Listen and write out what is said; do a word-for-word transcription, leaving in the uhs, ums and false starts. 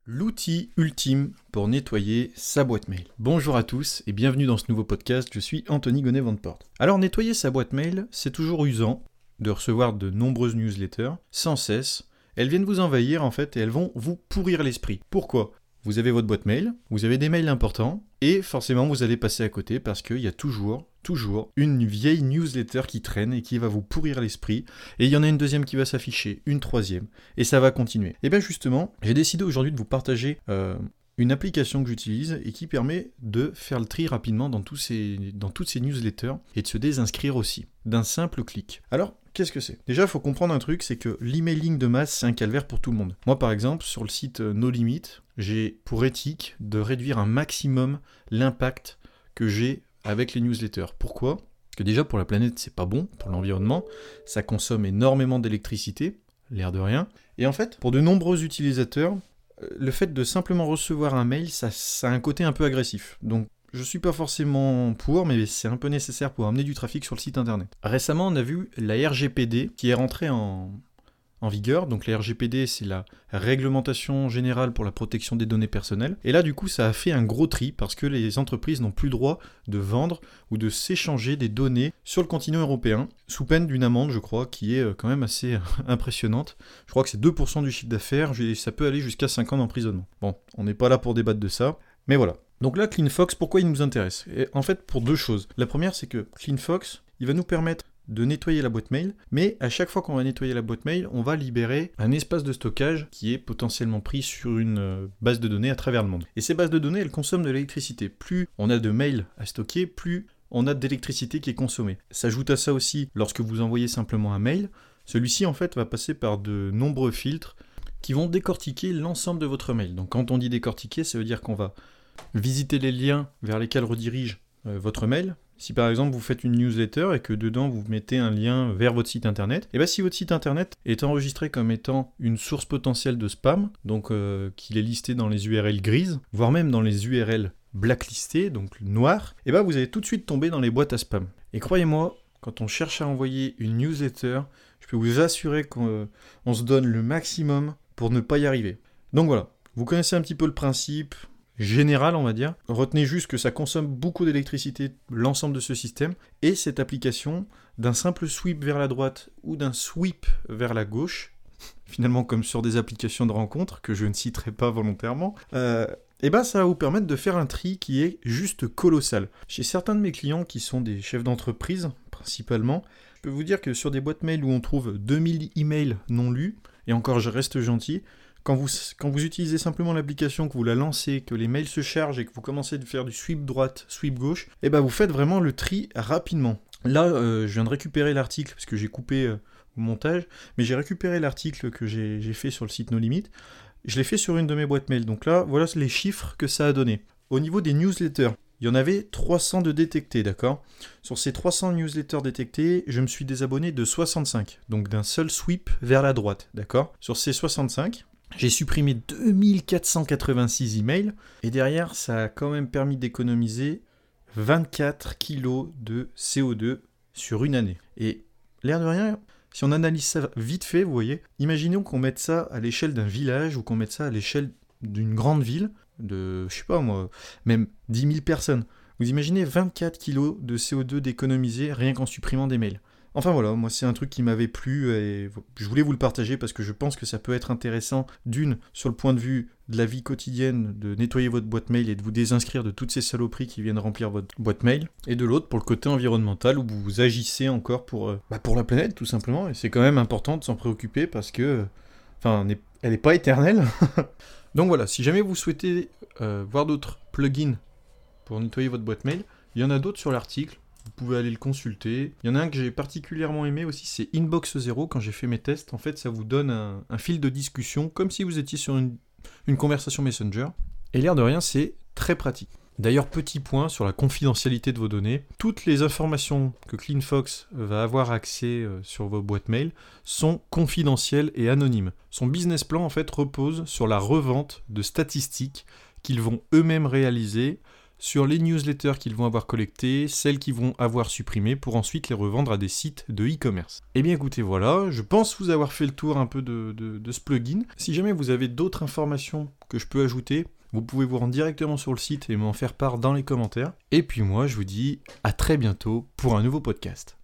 L'outil ultime pour nettoyer sa boîte mail. Bonjour à tous et bienvenue dans ce nouveau podcast, je suis Anthony Gonnet-Vandeporte. Alors nettoyer sa boîte mail, c'est toujours usant de recevoir de nombreuses newsletters, sans cesse. Elles viennent vous envahir en fait et elles vont vous pourrir l'esprit. Pourquoi ? Vous avez votre boîte mail, vous avez des mails importants et forcément vous allez passer à côté parce qu'il y a toujours, toujours une vieille newsletter qui traîne et qui va vous pourrir l'esprit. Et il y en a une deuxième qui va s'afficher, une troisième et ça va continuer. Et bien justement, j'ai décidé aujourd'hui de vous partager euh, une application que j'utilise et qui permet de faire le tri rapidement dans, tous ces, dans toutes ces newsletters et de se désinscrire aussi, d'un simple clic. Alors, qu'est-ce que c'est ? Déjà, il faut comprendre un truc, c'est que l'emailing de masse, c'est un calvaire pour tout le monde. Moi, par exemple, sur le site No Limit, j'ai pour éthique de réduire un maximum l'impact que j'ai avec les newsletters. Pourquoi ? Parce que déjà, pour la planète, c'est pas bon, pour l'environnement, ça consomme énormément d'électricité, l'air de rien. Et en fait, pour de nombreux utilisateurs, le fait de simplement recevoir un mail, ça, ça a un côté un peu agressif. Donc, je suis pas forcément pour, mais c'est un peu nécessaire pour amener du trafic sur le site internet. Récemment, on a vu la R G P D qui est rentrée en, en vigueur. Donc la R G P D, c'est la réglementation générale pour la protection des données personnelles. Et là, du coup, ça a fait un gros tri parce que les entreprises n'ont plus le droit de vendre ou de s'échanger des données sur le continent européen, sous peine d'une amende, je crois, qui est quand même assez impressionnante. Je crois que c'est deux pour cent du chiffre d'affaires, et ça peut aller jusqu'à cinq ans d'emprisonnement. Bon, on n'est pas là pour débattre de ça, mais voilà. Donc là, CleanFox, pourquoi il nous intéresse ? Et en fait, pour deux choses. La première, c'est que CleanFox, il va nous permettre de nettoyer la boîte mail, mais à chaque fois qu'on va nettoyer la boîte mail, on va libérer un espace de stockage qui est potentiellement pris sur une base de données à travers le monde. Et ces bases de données, elles consomment de l'électricité. Plus on a de mails à stocker, plus on a d'électricité qui est consommée. S'ajoute à ça aussi, lorsque vous envoyez simplement un mail, celui-ci en fait va passer par de nombreux filtres qui vont décortiquer l'ensemble de votre mail. Donc quand on dit décortiquer, ça veut dire qu'on va visiter les liens vers lesquels redirige euh, votre mail. Si par exemple vous faites une newsletter et que dedans vous mettez un lien vers votre site internet, et bien si votre site internet est enregistré comme étant une source potentielle de spam, donc euh, qu'il est listé dans les U R L grises, voire même dans les U R L blacklistées, donc noires, et bien vous allez tout de suite tomber dans les boîtes à spam. Et croyez-moi, quand on cherche à envoyer une newsletter, je peux vous assurer qu'on euh, on se donne le maximum pour ne pas y arriver. Donc voilà, vous connaissez un petit peu le principe général, on va dire. Retenez juste que ça consomme beaucoup d'électricité, l'ensemble de ce système, et cette application, d'un simple sweep vers la droite ou d'un sweep vers la gauche, finalement comme sur des applications de rencontres, que je ne citerai pas volontairement, euh, et ben ça va vous permettre de faire un tri qui est juste colossal. Chez certains de mes clients qui sont des chefs d'entreprise, principalement, je peux vous dire que sur des boîtes mail où on trouve deux mille emails non lus, et encore je reste gentil, Quand vous, quand vous utilisez simplement l'application, que vous la lancez, que les mails se chargent et que vous commencez à faire du sweep droite, sweep gauche, et ben vous faites vraiment le tri rapidement. Là, euh, je viens de récupérer l'article, parce que j'ai coupé euh, au montage, mais j'ai récupéré l'article que j'ai, j'ai fait sur le site No Limit. Je l'ai fait sur une de mes boîtes mail. Donc là, voilà les chiffres que ça a donné. Au niveau des newsletters, il y en avait trois cents de détectés, d'accord ? Sur ces trois cents newsletters détectés, je me suis désabonné de soixante-cinq, donc d'un seul sweep vers la droite, d'accord ? Sur ces soixante-cinq... j'ai supprimé deux mille quatre cent quatre-vingt-six emails et derrière, ça a quand même permis d'économiser vingt-quatre kilos de C O deux sur une année. Et l'air de rien, si on analyse ça vite fait, vous voyez, imaginons qu'on mette ça à l'échelle d'un village ou qu'on mette ça à l'échelle d'une grande ville, de, je sais pas moi, même dix mille personnes. Vous imaginez vingt-quatre kilos de C O deux d'économiser rien qu'en supprimant des mails. Enfin voilà, moi c'est un truc qui m'avait plu et je voulais vous le partager parce que je pense que ça peut être intéressant, d'une, sur le point de vue de la vie quotidienne, de nettoyer votre boîte mail et de vous désinscrire de toutes ces saloperies qui viennent remplir votre boîte mail, et de l'autre, pour le côté environnemental, où vous agissez encore pour, euh, bah pour la planète tout simplement, et c'est quand même important de s'en préoccuper parce que, enfin, elle n'est pas éternelle. Donc voilà, si jamais vous souhaitez euh, voir d'autres plugins pour nettoyer votre boîte mail, il y en a d'autres sur l'article. Vous pouvez aller le consulter. Il y en a un que j'ai particulièrement aimé aussi, c'est Inbox Zero. Quand j'ai fait mes tests, en fait, ça vous donne un, un fil de discussion, comme si vous étiez sur une, une conversation Messenger. Et l'air de rien, c'est très pratique. D'ailleurs, petit point sur la confidentialité de vos données. Toutes les informations que CleanFox va avoir accès euh, sur vos boîtes mail sont confidentielles et anonymes. Son business plan, en fait, repose sur la revente de statistiques qu'ils vont eux-mêmes réaliser sur les newsletters qu'ils vont avoir collectées, celles qu'ils vont avoir supprimées, pour ensuite les revendre à des sites de e-commerce. Eh bien écoutez, voilà, je pense vous avoir fait le tour un peu de, de, de ce plugin. Si jamais vous avez d'autres informations que je peux ajouter, vous pouvez vous rendre directement sur le site et m'en faire part dans les commentaires. Et puis moi, je vous dis à très bientôt pour un nouveau podcast.